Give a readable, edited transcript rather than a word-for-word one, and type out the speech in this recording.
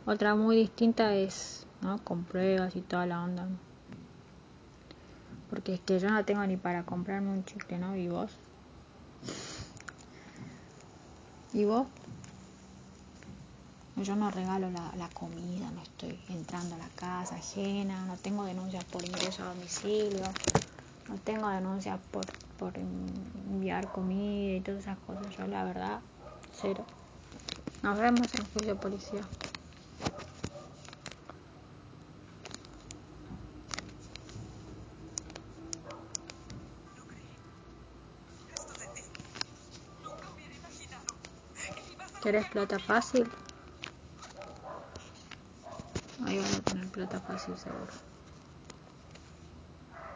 Otra muy distinta es, ¿no? Con pruebas y toda la onda, ¿no? Porque es que yo no tengo ni para comprarme un chicle, ¿no? ¿Y vos? ¿Y vos? Yo no regalo la comida, no estoy entrando a la casa ajena, no tengo denuncias por ingreso a domicilio, no tengo denuncias por enviar comida y todas esas cosas. Yo la verdad, cero. Nos vemos en juicio policía. ¿Querés plata fácil? Ahí vas a tener plata fácil seguro.